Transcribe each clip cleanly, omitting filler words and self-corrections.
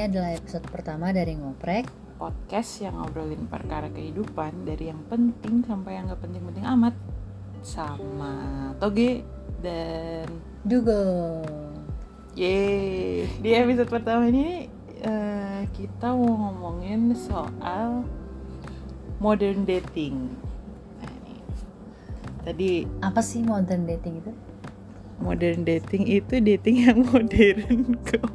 Ini adalah episode pertama dari Ngoprek, podcast yang ngobrolin perkara kehidupan dari yang penting sampai yang gak penting-penting amat, sama Toge dan Dugo. Yeay, di episode pertama ini kita mau ngomongin soal modern dating. Nah, ini. Tadi Apa sih modern dating itu? modern dating itu dating yang modern kok.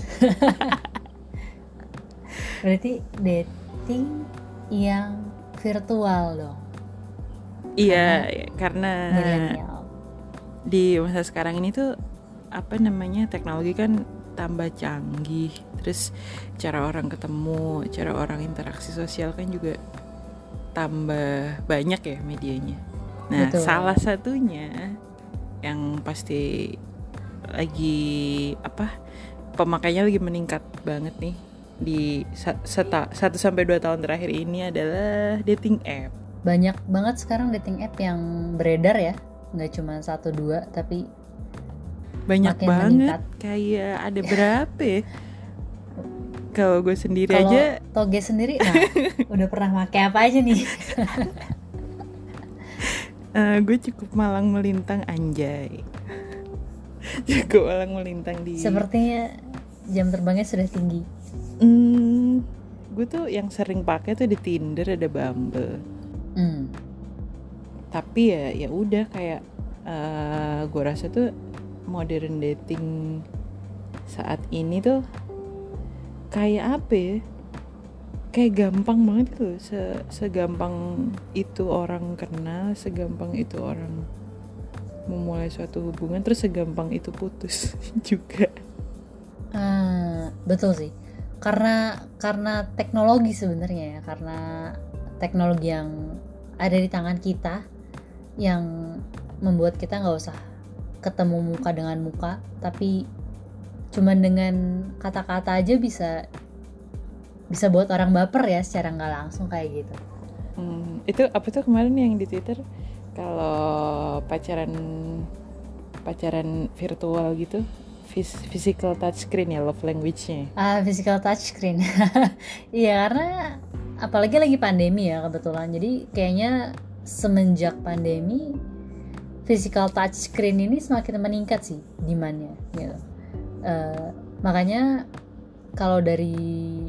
Berarti dating yang virtual dong. Iya, karena Milenial. di masa sekarang ini tuh teknologi kan tambah canggih, terus cara orang ketemu, cara orang interaksi sosial kan juga tambah banyak ya medianya. Nah, Betul. salah satunya yang pasti lagi pemakainya lagi meningkat banget nih di 1-2 tahun terakhir ini adalah dating app. Banyak banget sekarang dating app yang beredar ya. Nggak cuma 1-2 tapi Banyak makin banget meningkat. Kayak ada berapa ya? Kalau gue sendiri Kalau aja Toge sendiri, nah udah pernah pakai apa aja nih? gue cukup malang melintang, anjay. Cukup malang melintang di Sepertinya jam terbangnya sudah tinggi. Gue tuh yang sering pakai tuh di Tinder, ada Bumble. Tapi ya udah kayak gue rasa tuh modern dating saat ini tuh kayak apa ya? Kayak gampang banget gitu, segampang itu orang kenal, segampang itu orang memulai suatu hubungan, terus segampang itu putus juga. Betul sih. Karena teknologi sebenarnya ya, karena teknologi yang ada di tangan kita yang membuat kita nggak usah ketemu muka dengan muka, tapi cuman dengan kata-kata aja bisa buat orang baper ya secara nggak langsung kayak gitu. Itu apa tuh kemarin yang di Twitter, kalau pacaran virtual gitu, physical touchscreen ya love language-nya. Physical touchscreen. Iya, karena apalagi lagi pandemi ya kebetulan. Jadi kayaknya semenjak pandemi physical touchscreen ini semakin meningkat sih demand-nya gitu. Makanya kalau dari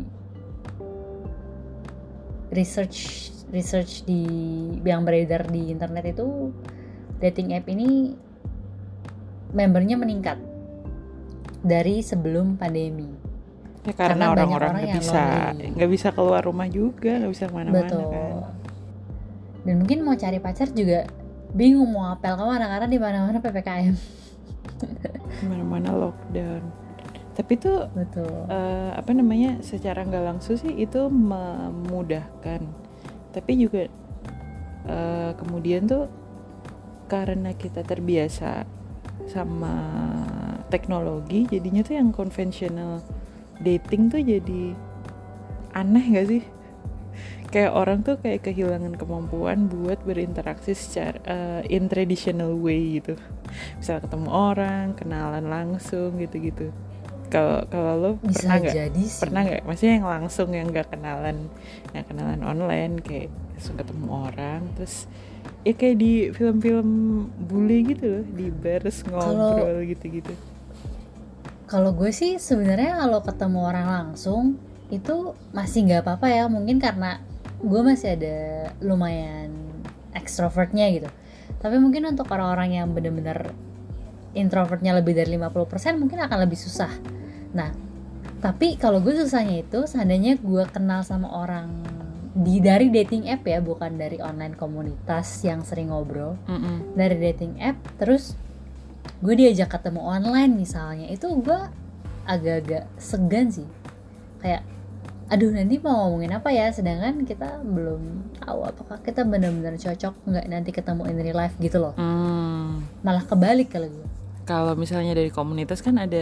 research di yang beredar di internet itu, dating app ini membernya meningkat dari sebelum pandemi. Ya karena orang-orang nggak bisa keluar rumah juga, nggak bisa kemana-mana. Betul. Kan. Dan mungkin mau cari pacar juga bingung mau apel kemana karena di mana-mana PPKM. Mana-mana lockdown. Tapi tuh betul. Secara nggak langsung sih itu memudahkan. Tapi juga kemudian tuh karena kita terbiasa sama teknologi, jadinya tuh yang konvensional dating tuh jadi aneh nggak sih? Kayak orang tuh kayak kehilangan kemampuan buat berinteraksi secara in traditional way gitu. Misal ketemu orang, kenalan langsung gitu-gitu. Kalau lo pernah nggak? Maksudnya yang langsung, yang nggak kenalan online, kayak langsung ketemu orang, terus ya kayak di film-film bule gitu loh, di bars ngobrol gitu-gitu. Kalau gue sih sebenarnya kalau ketemu orang langsung itu masih nggak apa-apa ya, mungkin karena gue masih ada lumayan extrovertnya gitu. Tapi mungkin untuk orang-orang yang benar-benar introvertnya lebih dari 50% mungkin akan lebih susah. Nah, tapi kalau gue susahnya itu seandainya gue kenal sama orang dari dating app ya, bukan dari online komunitas yang sering ngobrol. Dari dating app, terus gue diajak ketemu online misalnya, itu gue agak-agak segan sih. Kayak, aduh nanti mau ngomongin apa ya, sedangkan kita belum tahu apakah kita benar-benar cocok nggak nanti ketemu in real life gitu loh. Malah kebalik kalau gue. Kalau misalnya dari komunitas kan ada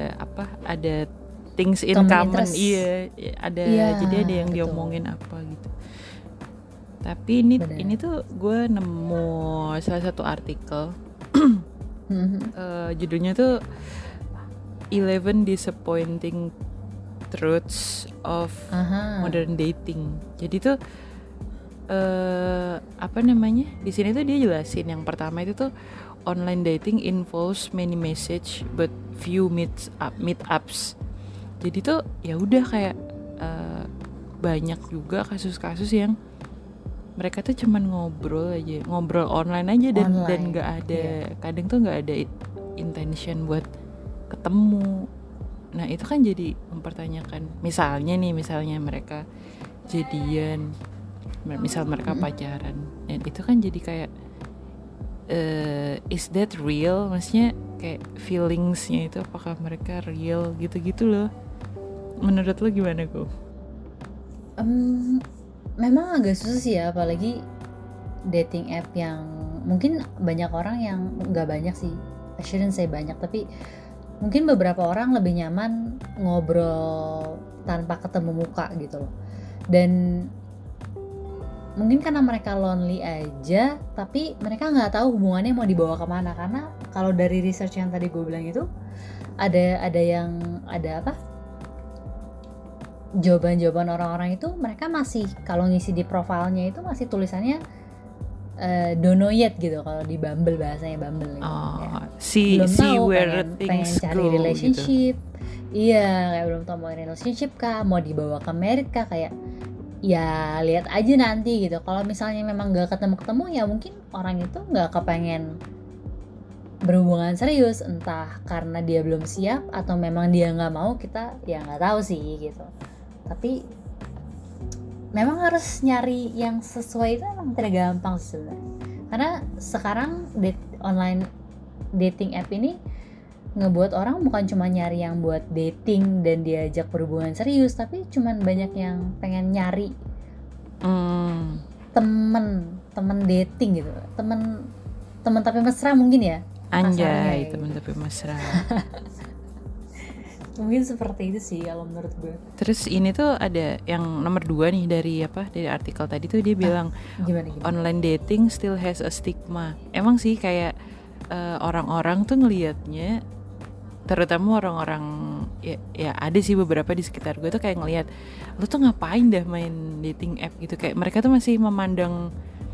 things in common, jadi ada yang betul. Diomongin apa gitu. Tapi ini tuh gue nemu salah satu artikel, judulnya tuh 11 disappointing truths of Aha. modern dating. Jadi tuh apa namanya, di sini tuh dia jelasin yang pertama itu tuh online dating involves many message but few meetups. Jadi tuh ya udah kayak banyak juga kasus-kasus yang mereka tuh cuman ngobrol online aja dan nggak ada kadang tuh nggak ada intention buat ketemu. Nah itu kan jadi mempertanyakan, misalnya mereka jadian, misal mereka pacaran, dan itu kan jadi kayak is that real? Maksudnya kayak feelingsnya itu apakah mereka real gitu-gitu loh. Menurut lo gimana Go? Memang agak susah sih ya, apalagi dating app yang mungkin banyak orang yang nggak banyak sih, I shouldn't say banyak, tapi mungkin beberapa orang lebih nyaman ngobrol tanpa ketemu muka gitu loh. Dan mungkin karena mereka lonely aja, tapi mereka nggak tahu hubungannya mau dibawa kemana. Karena kalau dari research yang tadi gue bilang itu ada jawaban orang-orang itu mereka masih, kalau ngisi di profilnya itu masih tulisannya don't know yet gitu, kalau di Bumble, bahasanya Bumble gitu. Belum tahu, pengen cari relationship gitu. Iya, kayak belum tahu mau relationship kah, mau dibawa ke married kah, kayak ya lihat aja nanti gitu. Kalau misalnya memang gak ketemu ya mungkin orang itu gak kepengen berhubungan serius, entah karena dia belum siap atau memang dia gak mau, kita ya gak tahu sih gitu. Tapi memang harus nyari yang sesuai itu emang tidak gampang sebenarnya. Karena sekarang online dating app ini ngebuat orang bukan cuma nyari yang buat dating dan diajak berhubungan serius, tapi cuman banyak yang pengen nyari temen dating gitu, temen tapi mesra mungkin ya. Anjay, temen tapi mesra. Mungkin seperti itu sih kalau menurut gue. Terus ini tuh ada yang nomor 2 nih dari artikel tadi tuh dia bilang gimana? Online dating still has a stigma. Emang sih kayak orang-orang tuh ngelihatnya, terutama orang-orang ya ada sih beberapa di sekitar gue tuh kayak ngelihat lu tuh ngapain dah main dating app gitu, kayak mereka tuh masih memandang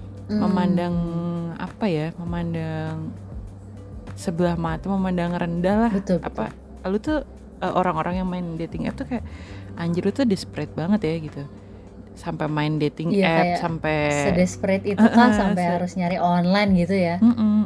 sebelah mata, memandang rendah lah. Betul. Lu tuh orang-orang yang main dating app tuh kayak anjir lu tuh desperate banget ya gitu, sampai main dating app sampai sedesperate itu kan sampai harus nyari online gitu ya.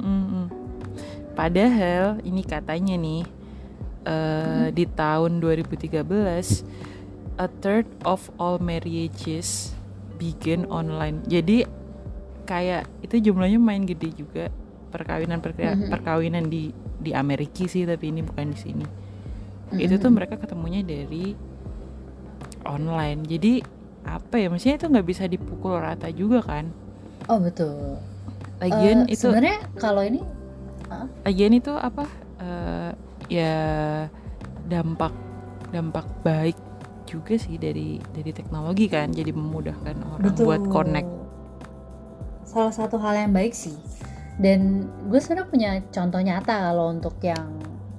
Padahal ini katanya nih di tahun 2013 a third of all marriages began online. Jadi kayak itu jumlahnya main gede juga, perkawinan di Amerika sih, tapi ini bukan di sini. Itu tuh mereka ketemunya dari online. Jadi apa ya, maksudnya itu nggak bisa dipukul rata juga kan. Oh betul. Lagian itu sebenarnya kalau ini lagian itu apa ya dampak baik juga sih dari teknologi kan, jadi memudahkan orang buat connect. Salah satu hal yang baik sih. Dan gue sebenarnya punya contoh nyata kalau untuk yang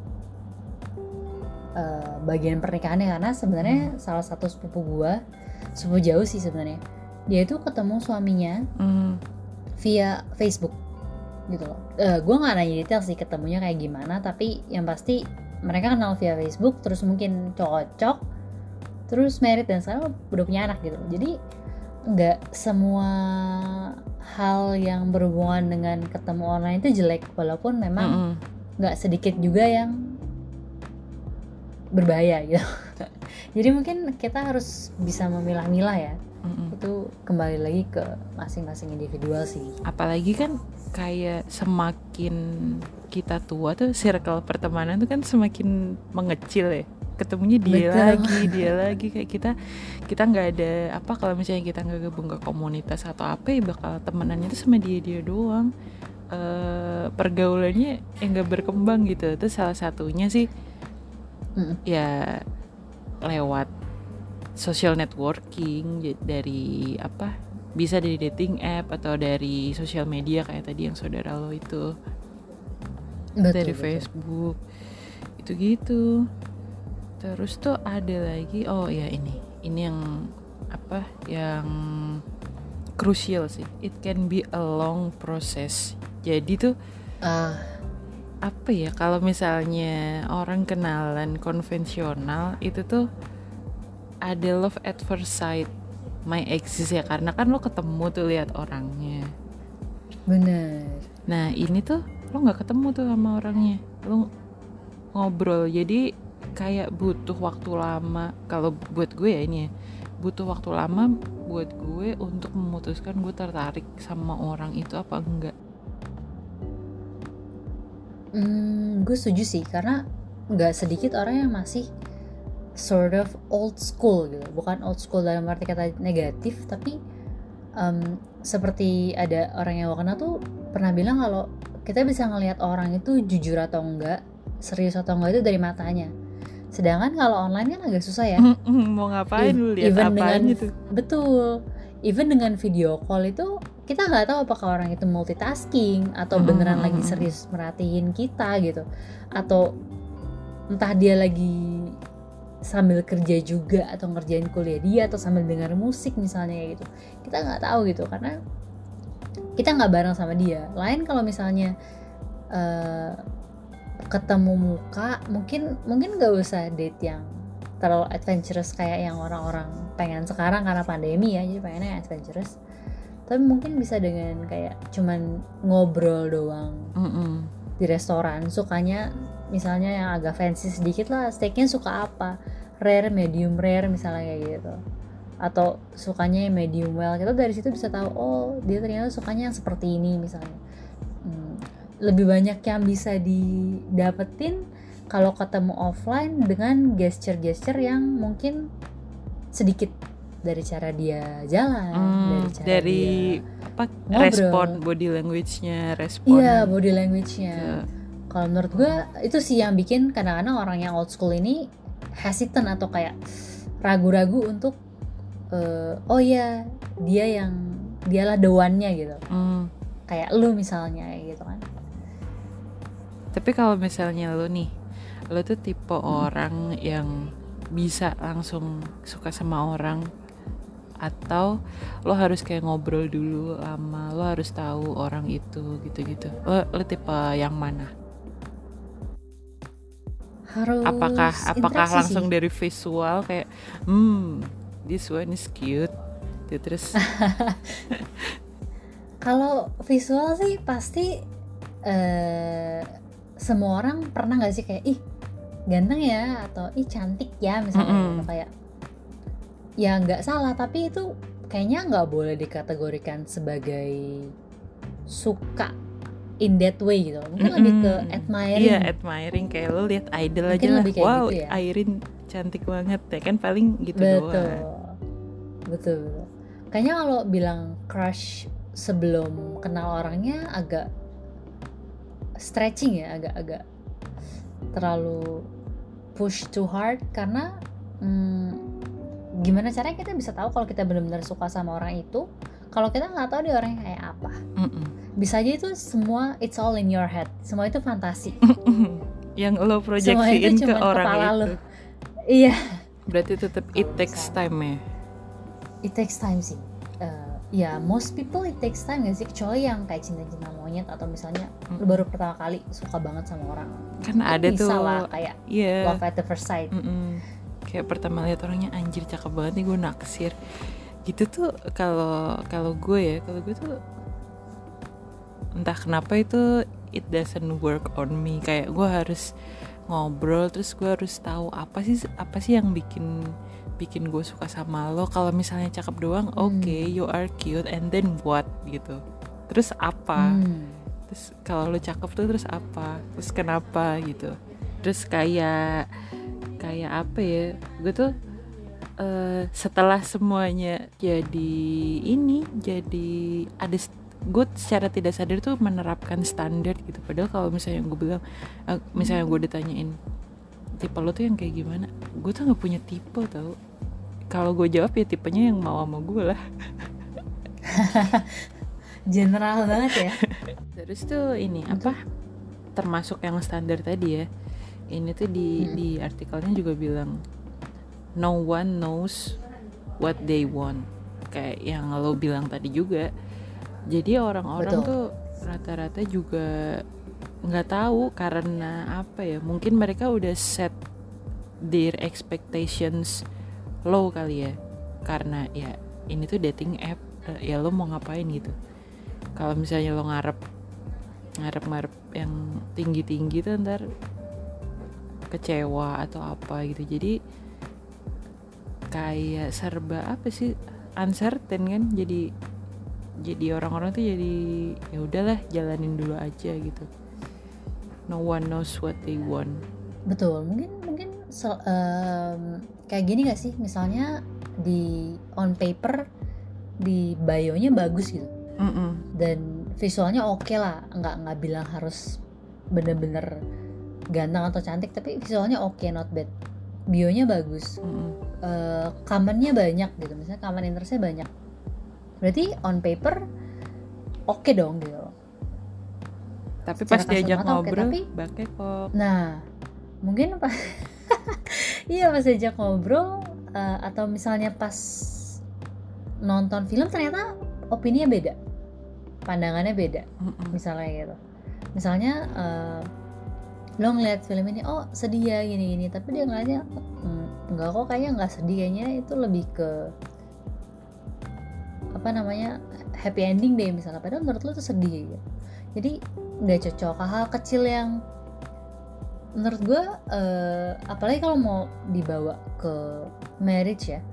bagian pernikahannya, karena sebenarnya salah satu sepupu jauh sih sebenarnya, dia itu ketemu suaminya via Facebook gitu loh. Gue nggak nanya detail sih ketemunya kayak gimana, tapi yang pasti mereka kenal via Facebook, terus mungkin cocok, terus married dan sekarang udah punya anak gitu. Jadi nggak semua hal yang berhubungan dengan ketemu online itu jelek, walaupun memang nggak sedikit juga yang berbahaya gitu. Jadi mungkin kita harus bisa memilah-milah ya. Itu kembali lagi ke masing-masing individual sih. Apalagi kan kayak semakin kita tua tuh circle pertemanan tuh kan semakin mengecil ya. Ketemunya dia lagi kayak kita nggak ada apa, kalau misalnya kita nggak gabung ke komunitas atau apa ya bakal temenannya tuh sama dia doang. Pergaulannya nggak berkembang gitu. Itu salah satunya sih ya lewat social networking, dari bisa dari dating app atau dari social media kayak tadi yang saudara lo itu. Betul. Facebook itu gitu. Terus tuh ada lagi, oh ya ini yang apa, yang crucial sih. It can be a long process. Jadi tuh Ah, apa ya, kalau misalnya orang kenalan konvensional itu tuh ada love at first sight, my exist ya, karena kan lo ketemu tuh lihat orangnya. bener. Nah ini tuh lo nggak ketemu tuh sama orangnya, lo ngobrol, jadi kayak butuh waktu lama. Kalau buat gue ya ini ya, butuh waktu lama buat gue untuk memutuskan gue tertarik sama orang itu apa enggak. Gue setuju sih, karena nggak sedikit orang yang masih sort of old school gitu. Bukan old school dalam arti kata negatif, tapi seperti ada orang yang gue kenal tuh pernah bilang kalau kita bisa ngelihat orang itu jujur atau enggak, serius atau enggak itu dari matanya. Sedangkan kalau online kan agak susah ya. Mau ngapain lu lihat Even apaan dengan itu? betul, even dengan video call itu kita nggak tahu apakah orang itu multitasking atau beneran lagi serius merhatiin kita gitu, atau entah dia lagi sambil kerja juga atau ngerjain kuliah dia atau sambil dengar musik misalnya kayak gitu. Kita nggak tahu gitu karena kita nggak bareng sama dia. Lain kalau misalnya ketemu muka, mungkin nggak usah date yang terlalu adventurous kayak yang orang-orang pengen sekarang karena pandemi ya, jadi pengennya adventurous. Tapi mungkin bisa dengan kayak cuman ngobrol doang di restoran. Sukanya misalnya yang agak fancy sedikit lah, steaknya suka apa, rare, medium rare misalnya kayak gitu, atau sukanya yang medium well. Kita dari situ bisa tahu, oh dia ternyata sukanya yang seperti ini misalnya. Lebih banyak yang bisa didapetin kalau ketemu offline dengan gesture-gesture yang mungkin sedikit, dari cara dia jalan, dari cara Dari dia apa, ngobrol. respon body language-nya, respon. Iya, body language-nya. Kalau menurut gue itu sih yang bikin kadang-kadang orang yang old school ini hesitant atau kayak ragu-ragu untuk oh ya dialah the one-nya gitu. Kayak lu misalnya kayak gitu kan. Tapi kalau misalnya lo tuh tipe orang yang bisa langsung suka sama orang, atau lo harus kayak ngobrol dulu lama, lo harus tahu orang itu gitu-gitu. Lo tipe yang mana? Harus Apakah interaksi langsung sih. dari visual kayak this one is cute gitu, terus Kalau visual sih pasti semua orang pernah nggak sih kayak ih ganteng ya atau ih cantik ya misalnya gitu, kayak ya nggak salah, tapi itu kayaknya nggak boleh dikategorikan sebagai suka in that way gitu. Mungkin lebih ke admiring. Iya, admiring, kayak lo lihat idol Mungkin aja lah, lebih kayak wow gitu ya. Irene cantik banget ya kan, paling gitu Betul, doang. betul. Kayaknya kalau bilang crush sebelum kenal orangnya agak stretching ya, agak terlalu push too hard, karena gimana caranya kita bisa tahu kalau kita benar-benar suka sama orang itu kalau kita nggak tahu dia orangnya kayak apa. Bisa aja itu semua it's all in your head, semua itu fantasi yang lo semua itu proyeksiin ke cuma orang kepala itu. lo. Iya, Berarti tetap it takes time ya. it takes time sih. Ya most people it takes time gak sih, kecuali yang kayak cinta-cinta monyet atau misalnya lu baru pertama kali suka banget sama orang. Kan ada bisa tuh lah kayak love at the first sight. Kayak pertama lihat orangnya, anjir cakep banget nih, gue naksir gitu tuh. Kalau gue tuh entah kenapa itu it doesn't work on me. Kayak gue harus ngobrol, terus gue harus tahu apa sih yang bikin gue suka sama lo. Kalau misalnya cakep doang, okay, you are cute, and then what gitu, terus apa? Terus kalau lo cakep tuh terus apa, terus kenapa gitu. Terus kayak apa ya, gue tuh setelah semuanya jadi ada, gue secara tidak sadar tuh menerapkan standar gitu. Padahal kalau misalnya gue bilang, misalnya gue ditanyain tipe lo tuh yang kayak gimana, gue tuh nggak punya tipe tau. Kalau gue jawab ya tipenya yang mau sama gue lah. General banget ya. Terus tuh ini apa, termasuk yang standar tadi ya, Ini tuh di artikelnya juga bilang no one knows what they want, kayak yang lo bilang tadi juga. Jadi orang-orang Betul. tuh rata-rata juga nggak tahu karena apa ya, mungkin mereka udah set their expectations low kali ya, karena ya ini tuh dating app, ya lo mau ngapain gitu. Kalau misalnya lo ngarep yang tinggi-tinggi tuh ntar kecewa atau apa gitu. Jadi kayak serba apa sih, uncertain kan. Jadi orang-orang tuh jadi ya udahlah jalanin dulu aja gitu. No one knows what they want. Betul, mungkin kayak gini gak sih, misalnya di on paper di bio-nya bagus gitu dan visualnya oke lah, nggak bilang harus bener-bener ganteng atau cantik, tapi visualnya oke, not bad, bionya bagus, comment-nya banyak gitu, misalnya comment interest-nya banyak, berarti on paper oke dong gitu. Tapi Secara pas diajak kasat mata oke, ngobrol tapi bakekok. nah mungkin pas iya pas diajak ngobrol, atau misalnya pas nonton film ternyata opininya beda, pandangannya beda, misalnya gitu. Misalnya lo ngeliat film ini, oh sedih ya gini-gini, tapi dia ngeliatnya enggak kok, kayaknya nggak sedih, kayaknya itu lebih ke apa namanya happy ending deh misalnya, padahal menurut lo itu sedih gitu. Jadi nggak cocok, hal kecil yang menurut gue apalagi kalau mau dibawa ke marriage ya,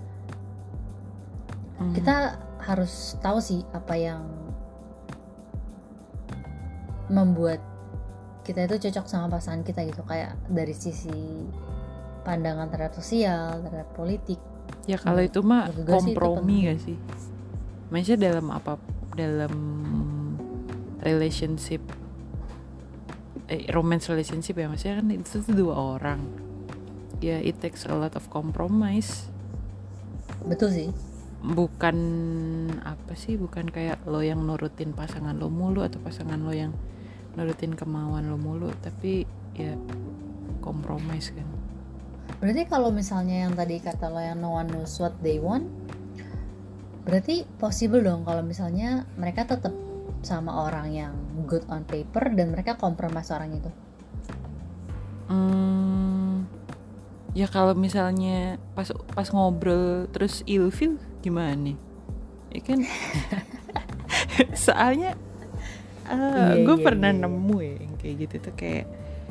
kita harus tahu sih apa yang membuat kita itu cocok sama pasangan kita gitu, kayak dari sisi pandangan terhadap sosial, terhadap politik. Ya kalau itu mah kompromi gak sih? Maksudnya dalam relationship, romance relationship ya, maksudnya kan itu tuh dua orang. Ya it takes a lot of compromise. Betul sih. Bukan apa sih, bukan kayak lo yang nurutin pasangan lo mulu atau pasangan lo yang nurutin kemauan lo mulu, tapi ya compromise kan. Berarti kalau misalnya yang tadi kata lo yang no one knows what they want, berarti possible dong kalau misalnya mereka tetap sama orang yang good on paper dan mereka compromise orang itu. Ya kalau misalnya pas ngobrol terus ilfil gimana? Ya kan soalnya gue pernah nemu ya yang kayak gitu tuh, kayak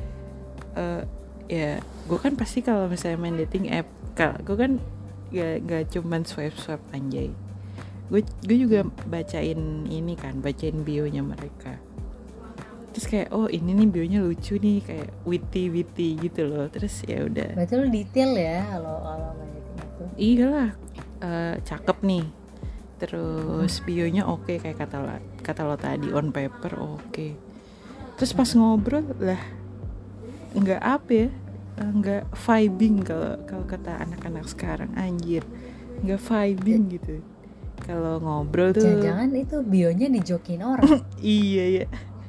ya gue kan pasti kalau misalnya main dating app, gue kan gak cuman swipe anjay, gue juga bacain bionya mereka. Terus kayak oh ini nih bionya lucu nih, kayak witty gitu loh. Terus ya udah. Berarti lo detail ya kalau main dating itu. Iyalah, cakep nih. Terus bionya oke, kayak kata lo tadi, on paper oke. Terus pas ngobrol lah nggak apa ya, nggak vibing kalau kata anak-anak sekarang, anjir nggak vibing gitu. Kalau ngobrol tuh jangan-jangan itu bionya dijokin orang. Iya ya.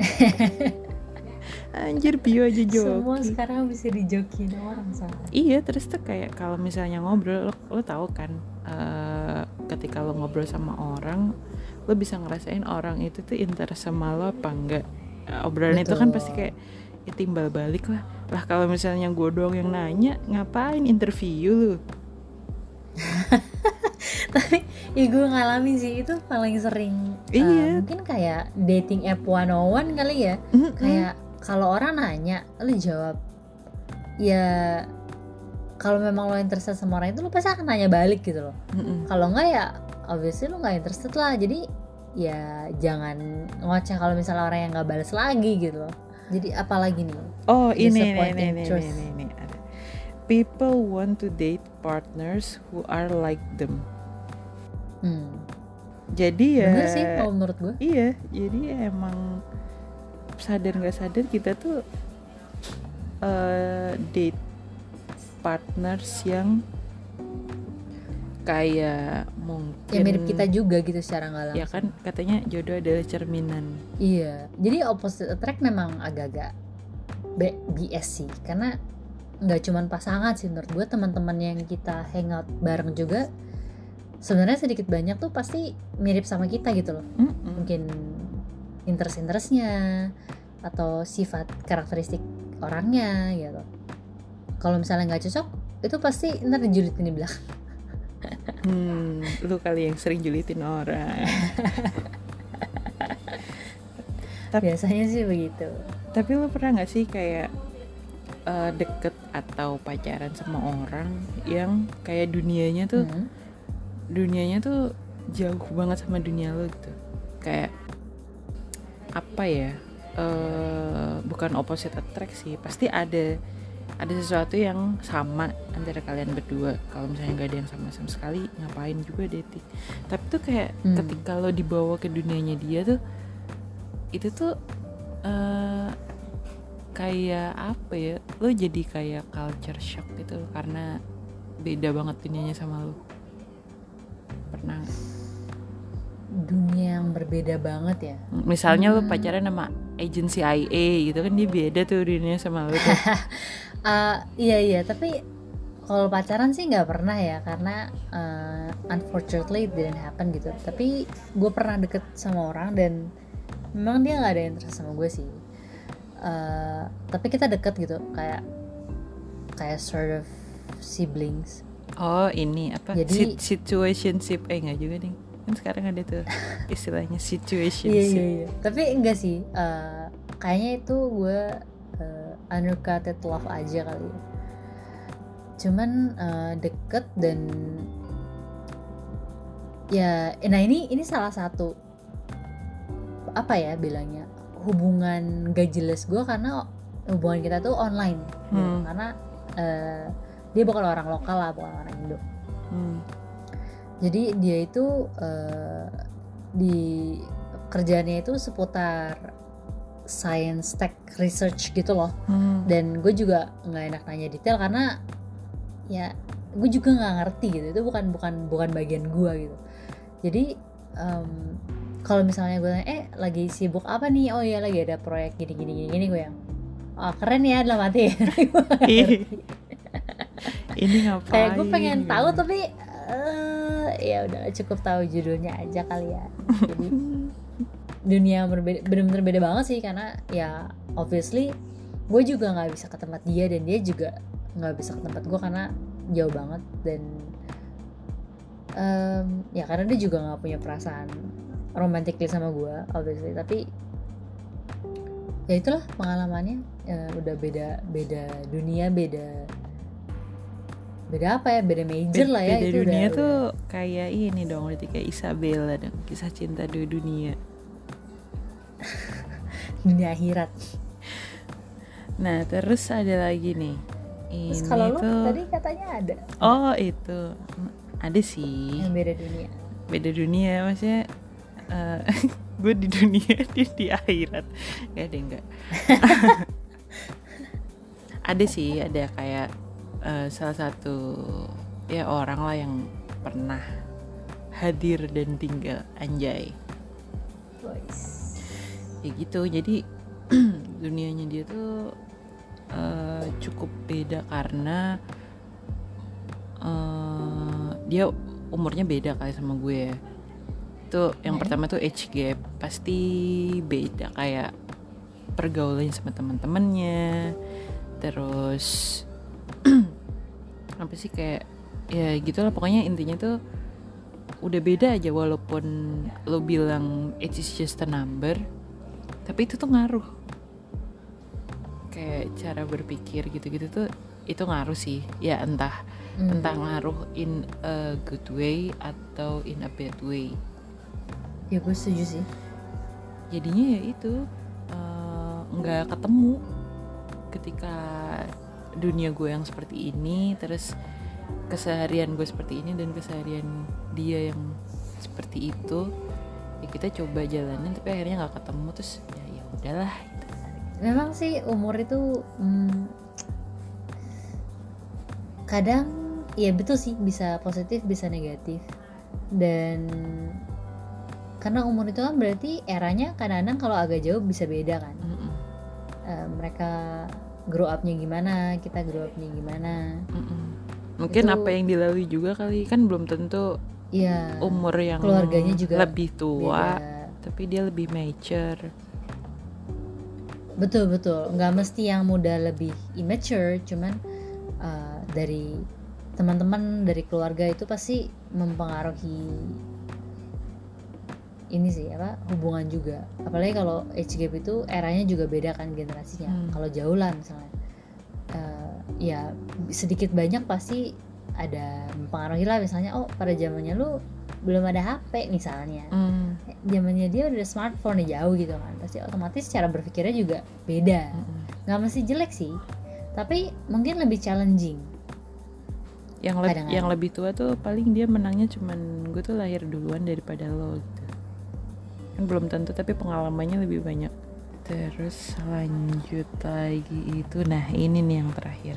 Anjir bio aja joki. Semua sekarang bisa dijokin orang salah. Iya, terus tuh kayak kalau misalnya ngobrol, lo tahu kan, ketika lo ngobrol sama orang, lo bisa ngerasain orang itu tuh interest sama lo apa enggak. Obrolan itu kan pasti kayak ya timbal balik lah. Lah kalau misalnya gue doang yang nanya, ngapain interview lu? Tapi ya gue ngalamin sih itu paling sering. Mungkin kayak dating app 101 kali ya. Kayak kalau orang nanya lu jawab ya, kalau memang lo interested sama orang itu lo pasti akan nanya balik gitu loh. Kalau enggak ya obviously lo nggak interested lah. Jadi ya jangan ngoceh kalau misalnya orang yang nggak balas lagi gitu loh. Jadi apalagi nih, oh ini ada. People want to date partners who are like them. Jadi ya bener sih kalau menurut gue. Iya, jadi emang sadar nggak sadar kita tuh date partners yang kayak mungkin ya mirip kita juga gitu secara nggak langsung. Ya kan katanya jodoh adalah cerminan. Iya, jadi opposite attract memang agak-agak BS sih, karena nggak cuman pasangan sih menurut gue, teman-teman yang kita hangout bareng juga sebenarnya sedikit banyak tuh pasti mirip sama kita gitu loh. Mungkin interestnya atau sifat karakteristik orangnya gitu. Kalau misalnya nggak cocok, itu pasti ntar dijulitin di belakang. Lu kali yang sering julitin orang. Biasanya sih begitu. Tapi lu pernah gak sih kayak deket atau pacaran sama orang yang kayak dunianya tuh jauh banget sama dunia lu gitu? Kayak apa ya, bukan opposite attract sih, pasti ada sesuatu yang sama antara kalian berdua. Kalau misalnya nggak ada yang sama sekali, ngapain juga dating. Tapi tuh kayak ketika lo dibawa ke dunianya dia tuh, itu tuh kayak apa ya, lo jadi kayak culture shock gitu loh, karena beda banget dunianya sama lo. Pernah gak? Dunia yang berbeda banget ya. Misalnya lo pacaran sama agent CIA gitu kan, dia beda tuh dunianya sama lo tuh. Iya, tapi kalau pacaran sih nggak pernah ya, karena unfortunately it didn't happen gitu. Tapi gue pernah deket sama orang dan memang dia nggak ada interest sama gue sih. Tapi kita deket gitu, kayak sort of siblings. Oh ini apa? Jadi Situationship nggak juga nih, kan sekarang ada tuh istilahnya situationship. Iya. Tapi enggak sih, kayaknya itu gue undercoated love aja kali ya. Cuman deket dan ya, nah ini salah satu apa ya bilangnya, hubungan gak jelas gue, karena hubungan kita tuh online gitu. Karena dia bukan orang lokal lah, bukan orang Indo. Jadi dia itu di kerjaannya itu seputar science tech research gitu loh. Dan gue juga nggak enak nanya detail karena ya gue juga nggak ngerti gitu, itu bukan bagian gue gitu. Jadi kalau misalnya gue tanya lagi sibuk apa nih, oh ya lagi ada proyek gini gue yang keren ya dalam hati. Ini ngapain kayak gue pengen tahu tapi ya udah cukup tahu judulnya aja kali ya. Jadi dunia berbeda, benar-benar beda banget sih, karena ya obviously gue juga nggak bisa ke tempat dia dan dia juga nggak bisa ke tempat gue karena jauh banget. Dan ya karena dia juga nggak punya perasaan romantically sama gue obviously. Tapi ya itulah pengalamannya, udah beda dunia, beda apa ya, beda major lah ya. Beda itu dunia udah tuh kayak ini dong, berarti kayak Isabella dong, kisah cinta dua dunia. dunia akhirat. Nah terus ada lagi nih. Terus Ini kalau lu tuh tadi katanya ada. Oh itu ada sih. Yang beda dunia. Beda dunia maksudnya gue di dunia, dia di akhirat. Gak ada enggak. Ada sih, ada kayak salah satu ya orang lah yang pernah hadir dan tinggal, anjay. Boys. Ya gitu, jadi dunianya dia tuh cukup beda karena dia umurnya beda kali sama gue ya. Itu yang pertama tuh age gap, pasti beda kayak pergaulannya sama teman-temannya. Terus apa sih, kayak ya gitulah pokoknya, intinya tuh udah beda aja. Walaupun lo bilang age is just a number, tapi itu tuh ngaruh, kayak cara berpikir gitu-gitu tuh itu ngaruh sih ya, entah ngaruh in a good way atau in a bad way. Ya gue setuju sih. Jadinya ya itu nggak ketemu ketika dunia gue yang seperti ini, terus keseharian gue seperti ini dan keseharian dia yang seperti itu. Ya kita coba jalanin tapi akhirnya nggak ketemu, terus ya udahlah gitu. Memang sih umur itu kadang ya betul sih, bisa positif bisa negatif. Dan karena umur itu kan berarti eranya kadang-kadang kalau agak jauh bisa beda kan. Mereka grow up-nya gimana, kita grow up-nya gimana. Mungkin Itu- apa yang dilalui juga kali, kan belum tentu Iya, umur yang keluarganya juga lebih tua beda. tapi dia lebih mature. Betul, nggak mesti yang muda lebih immature, cuman dari teman-teman, dari keluarga itu pasti mempengaruhi ini sih apa, hubungan juga. Apalagi kalau age gap itu eranya juga beda kan generasinya. Kalau jauh lah misalnya, ya sedikit banyak pasti ada mempengaruhi lah. Misalnya pada zamannya lu belum ada HP misalnya, zamannya dia udah smartphone nih, jauh gitu kan, pasti otomatis cara berpikirnya juga beda. Nggak mesti jelek sih, tapi mungkin lebih challenging. Kadang-kadang. Yang lebih tua tuh paling dia menangnya cuman gue tuh lahir duluan daripada lo gitu. Kan belum tentu, tapi pengalamannya lebih banyak. Terus lanjut lagi itu, nah ini nih yang terakhir.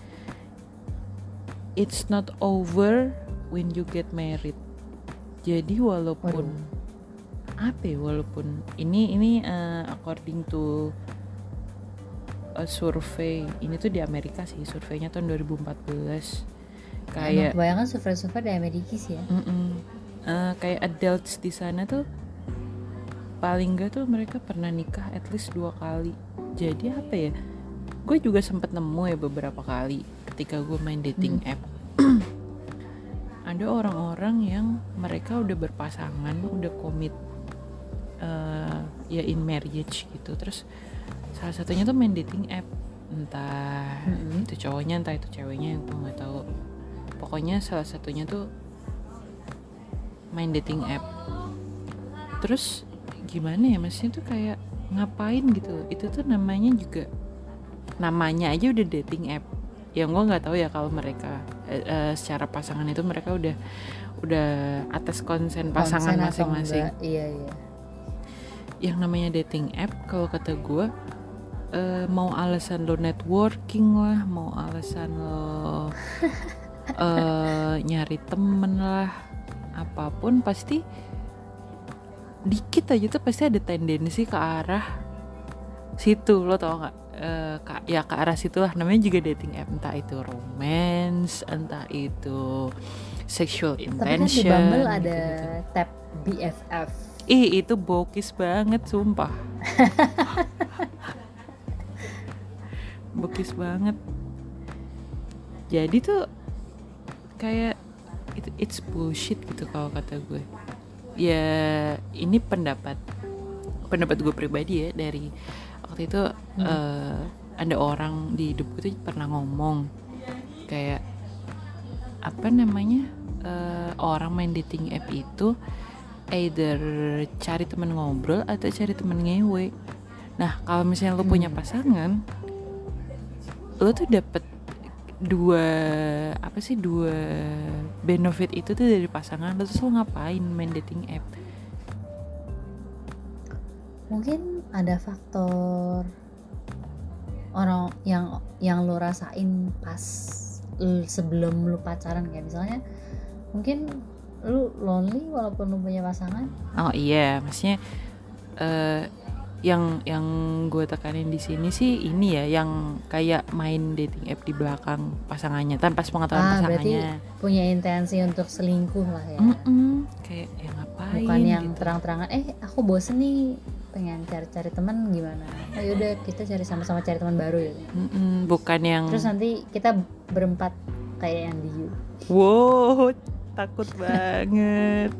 It's not over when you get married. Jadi walaupun walaupun ini according to a survey, ini tuh di Amerika sih, surveinya tahun 2014. Kayak kebanyakan survei-survei dari Amerika sih ya. Kayak adults di sana tuh paling gak tuh mereka pernah nikah at least 2 kali. Jadi apa ya, gue juga sempet nemu ya beberapa kali ketika gue main dating app. Ada orang-orang yang mereka udah berpasangan, udah komit ya in marriage gitu. Terus salah satunya tuh main dating app, entah itu cowoknya entah itu ceweknya, yang gue nggak tahu. Pokoknya salah satunya tuh main dating app. Terus gimana ya, maksudnya tuh kayak ngapain gitu. Itu tuh namanya aja udah dating app. Yang gue nggak tahu ya kalau mereka secara pasangan itu mereka udah atas konsen pasangan masing-masing. Iya. Yang namanya dating app kalau kata gue, mau alasan lo networking lah, mau alasan lo nyari temen lah, apapun pasti dikit aja tuh pasti ada tendensi ke arah situ. Lo tau nggak? Ya ke arah situ lah, namanya juga dating app. Entah itu romance, entah itu sexual intention. Tapi kan di Bumble ada tab BFF. Itu bokis banget sumpah. Bokis banget. Jadi tuh kayak it's bullshit gitu kalau kata gue. Ya ini pendapat gue pribadi ya. Dari waktu itu ada orang di hidup gue tuh pernah ngomong kayak apa namanya, orang main dating app itu either cari teman ngobrol atau cari teman ngewe. Nah kalau misalnya lo punya pasangan, lo tuh dapet dua benefit itu tuh dari pasangan lo. Terus lo ngapain main dating app? Mungkin ada faktor orang yang lo rasain pas sebelum lo pacaran, kayak misalnya mungkin lo lonely walaupun lo punya pasangan. Oh iya, maksudnya yang gue tekanin di sini sih ini ya, yang kayak main dating app di belakang pasangannya tanpa pengetahuan pasangannya. Berarti punya intensi untuk selingkuh lah ya. Kayak ya ngapain? Bukan yang gitu. terang-terangan, aku bosen nih, pengen cari teman gimana? Oh yaudah kita cari sama-sama cari teman baru ya. Bukan yang. Terus nanti kita berempat kayak yang di You. Wow, takut banget.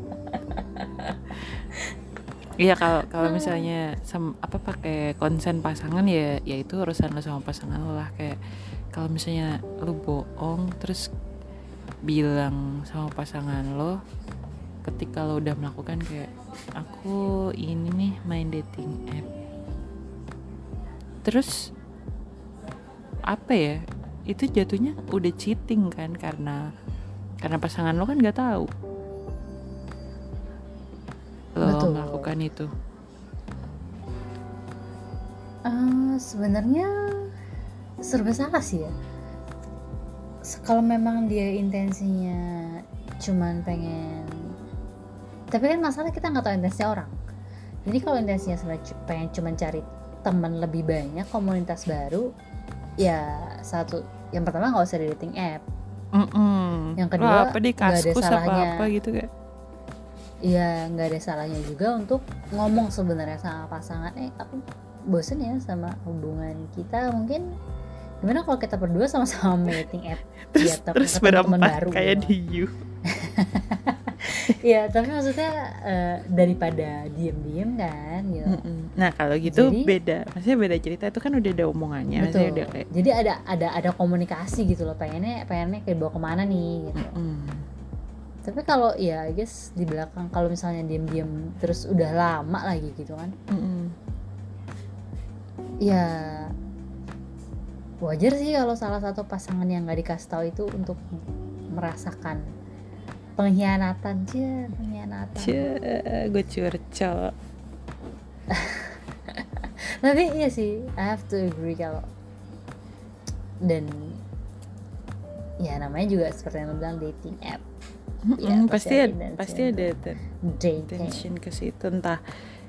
Iya kalau misalnya pakai konsen pasangan ya itu urusan lo sama pasangan lo lah. Kayak kalau misalnya lo bohong terus bilang sama pasangan lo ketika lo udah melakukan kayak aku ini nih main dating app, terus apa ya, itu jatuhnya udah cheating kan, karena pasangan lo kan nggak tahu lo melakukan itu. Sebenarnya serba salah sih ya. Kalau memang dia intensinya cuman pengen, tapi kan masalah kita nggak tahu intensinya orang. Jadi kalau intensinya sebenarnya pengen cuman cari teman lebih banyak, komunitas baru, ya satu, yang pertama nggak usah di dating app. Yang Wah, kedua apa di nggak ada Kaskus salahnya, apa gitu kayak. ya nggak ada salahnya juga untuk ngomong sebenarnya sama pasangan, aku bosen ya sama hubungan kita, mungkin gimana kalau kita berdua sama-sama main dating app biar Terus ketemu teman berempat baru kayak gitu. di You. Ya tapi maksudnya daripada diem-diem kan gitu. Nah kalau gitu Jadi- beda, maksudnya beda cerita, itu kan udah ada omongannya, maksudnya Betul. udah kayak Jadi ada komunikasi gitu loh, pengennya kayak bawa kemana nih gitu. Tapi kalau ya I guess di belakang kalau misalnya diem-diem terus udah lama lagi gitu kan, ya wajar sih kalau salah satu pasangan yang nggak dikasih tahu itu untuk merasakan pengkhianatan. gue curcol. Tapi iya sih, I have to agree kalau, dan ya namanya juga seperti yang lo bilang dating app. Ya, pasti pasti ada dating. tension ke situ, entah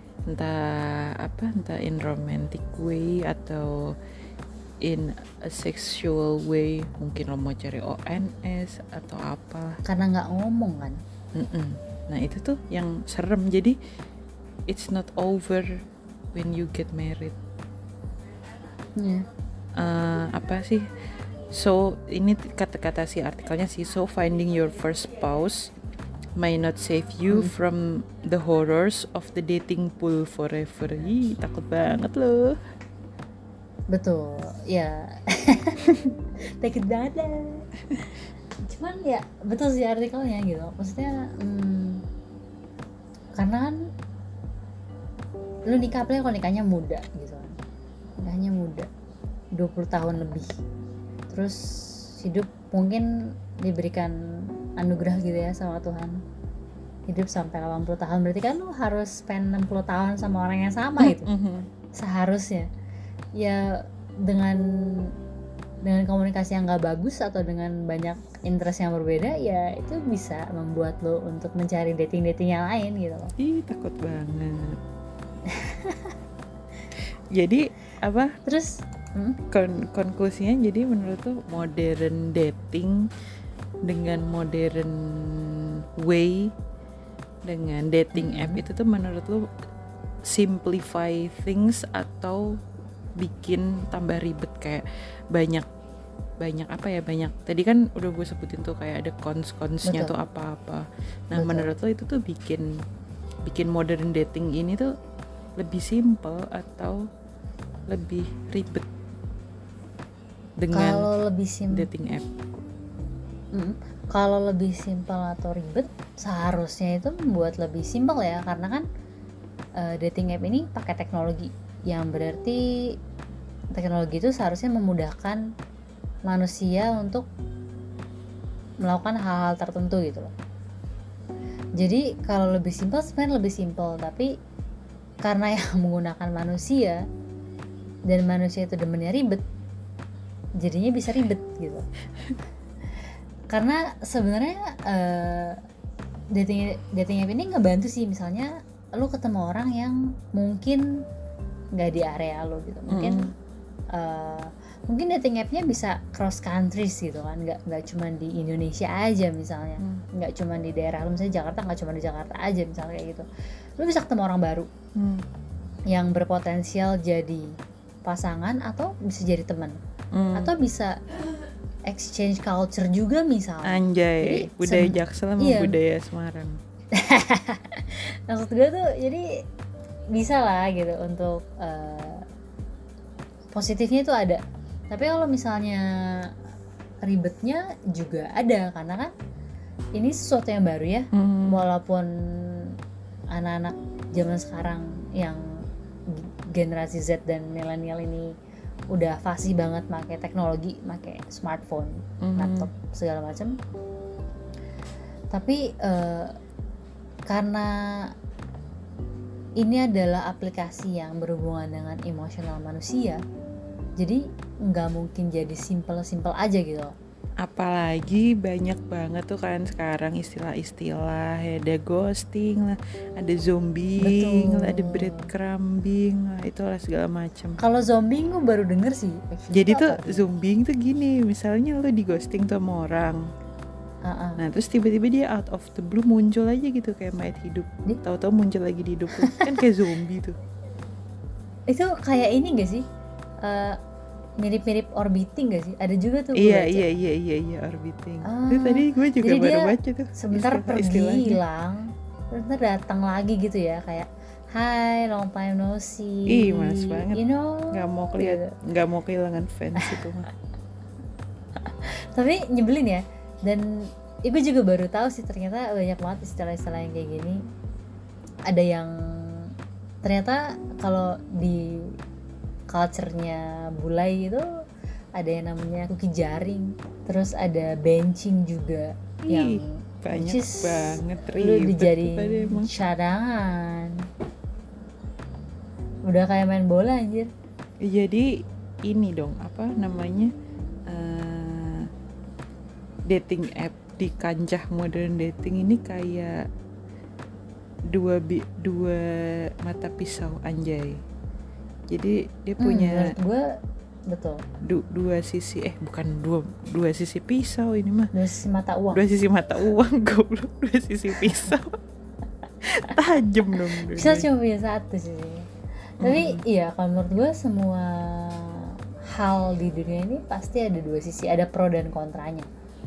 in romantic way atau in a sexual way, mungkin lo mau cari ONS atau apa, Karena nggak ngomong kan. Nah itu tuh yang serem. Jadi it's not over when you get married. Ya. Apa sih, so ini kata-kata si artikelnya sih, so finding your first spouse may not save you from the horrors of the dating pool forever. Ih, takut banget loh. Betul, ya. Takut banget lah. Cuman ya betul sih artikelnya gitu. Maksudnya karena kan lu nikah, apalagi kalau nikahnya muda gitu kan. Nikahnya muda 20 tahun lebih. Terus hidup mungkin diberikan anugerah gitu ya sama Tuhan. Hidup sampai 80 tahun, berarti kan lu harus spend 60 tahun sama orang yang sama gitu. Seharusnya. Ya dengan komunikasi yang nggak bagus atau dengan banyak interest yang berbeda, ya itu bisa membuat lo untuk mencari dating yang lain gitu loh. Ih, takut banget. Jadi apa? Terus Konklusinya jadi menurut tuh modern dating dengan modern way dengan dating app itu tuh menurut lo simplify things atau bikin tambah ribet, kayak banyak tadi kan udah gue sebutin tuh kayak ada cons-consnya Betul. tuh apa-apa. Nah Betul. menurut lo itu tuh bikin modern dating ini tuh lebih simple atau lebih ribet dengan kalau lebih simpel, dating app? kalau lebih simpel atau ribet, seharusnya itu membuat lebih simpel ya, karena kan dating app ini pakai teknologi, yang berarti teknologi itu seharusnya memudahkan manusia untuk melakukan hal-hal tertentu gitu loh. Jadi kalau lebih simpel sebenarnya lebih simpel, tapi karena yang menggunakan manusia dan manusia itu demennya ribet, jadinya bisa ribet gitu. Karena sebenarnya dating app ini ngebantu sih, misalnya lo ketemu orang yang mungkin nggak di area lo gitu, mungkin dating app-nya bisa cross countries gitu kan, nggak cuma di Indonesia aja misalnya, nggak cuma di daerah lo, misalnya Jakarta nggak cuma di Jakarta aja misalnya kayak gitu. Lo bisa ketemu orang baru yang berpotensial jadi pasangan atau bisa jadi teman, atau bisa exchange culture juga misalnya. Anjay, Jadi, budaya Jaksel sama iya. budaya Semarang. Maksud gue tuh jadi bisa lah gitu untuk positifnya itu ada. Tapi kalau misalnya ribetnya juga ada, karena kan ini sesuatu yang baru ya. Walaupun anak-anak zaman sekarang yang generasi Z dan milenial ini udah fasih banget pakai teknologi, pakai smartphone, laptop segala macam. Tapi karena ini adalah aplikasi yang berhubungan dengan emosional manusia, jadi nggak mungkin jadi simple aja gitu loh. apalagi banyak banget tuh kan sekarang istilah-istilah, ya ada ghosting lah, ada zombing lah, ada Betul. breadcrumbing lah, itulah segala macam. Kalau zombie gue baru denger sih. Actually, Jadi itu tuh apa artinya? zombing tuh gini, misalnya lo di ghosting tuh sama orang, Ah, ah. nah terus tiba-tiba dia out of the blue muncul aja gitu kayak mayat hidup, Di? tahu-tahu muncul lagi di hidup lo, kan kayak zombie tuh. Itu kayak ini gak sih? Eh, mirip-mirip orbiting gak sih? Ada juga tuh gue Iya baca. iya orbiting. Ah, Itu tadi gue juga jadi baru dia baca tuh sebentar pergi istilahnya. hilang, sebentar datang lagi gitu ya, kayak Hai, long time no see. Ih, males banget. You know, gitu. Nggak mau kehilangan fans itu mah. Tapi nyebelin ya. Dan gue juga baru tahu sih ternyata banyak banget istilah-istilah yang kayak gini. Ada yang ternyata kalau di culture-nya bulai itu ada yang namanya cookie jaring, terus ada benching juga. Ih, Yang banyak which is banget lu ribet dijadiin tuh tadi emang. cadangan. Udah kayak main bola anjir. Jadi ini dong apa namanya dating app di kancah modern dating ini kayak dua mata pisau anjay. Jadi dia punya Menurut gue betul. dua sisi bukan dua sisi pisau ini mah. Dua sisi mata uang. Dua sisi mata uang goblok, dua sisi pisau. Tajam dong. Bisa cuma punya satu sih. Tapi iya kalau menurut gue semua hal di dunia ini pasti ada dua sisi, ada pro dan kontranya.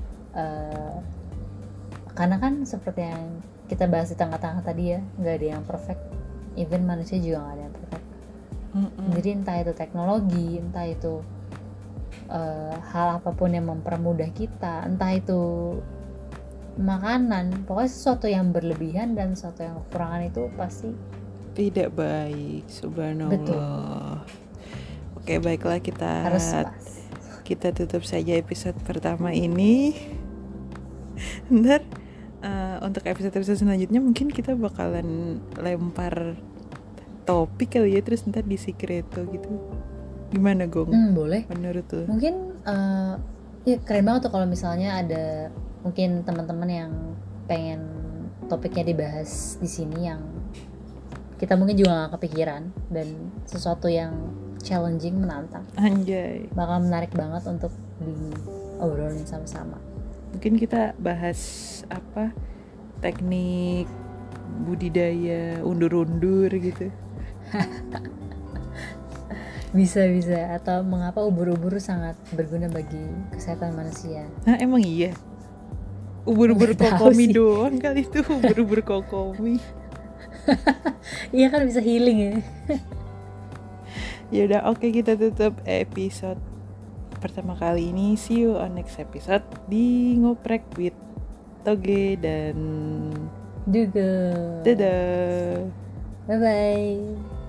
Karena kan seperti yang kita bahas di tengah-tengah tadi ya, nggak ada yang perfect. Even manusia juga nggak ada yang perfect. Jadi entah itu teknologi, entah itu hal apapun yang mempermudah kita, entah itu makanan, pokoknya sesuatu yang berlebihan dan sesuatu yang kekurangan itu pasti tidak baik, subhanallah. Betul. Oke, baiklah harus pas. kita tutup saja episode pertama ini. Ntar untuk episode selanjutnya mungkin kita bakalan lempar topik kali ya, terus ntar di secreto gitu. Gimana Gong? Boleh. Menurut lo? Mungkin ya keren banget tuh kalau misalnya ada mungkin teman-teman yang pengen topiknya dibahas di sini yang kita mungkin juga gak kepikiran dan sesuatu yang challenging, menantang. Anjay. Bakal menarik banget untuk diobrolin sama-sama. Mungkin kita bahas apa teknik budidaya undur-undur gitu. Bisa atau mengapa ubur-ubur sangat berguna bagi kesehatan manusia. Nah emang iya ubur-ubur Nggak tahu kokomi sih. doang kali itu ubur-ubur kokomi. Iya kan bisa healing ya. Ya udah oke, kita tutup episode pertama kali ini. See you on next episode di Ngoprek with Toge dan Juga. dadah. Bye bye.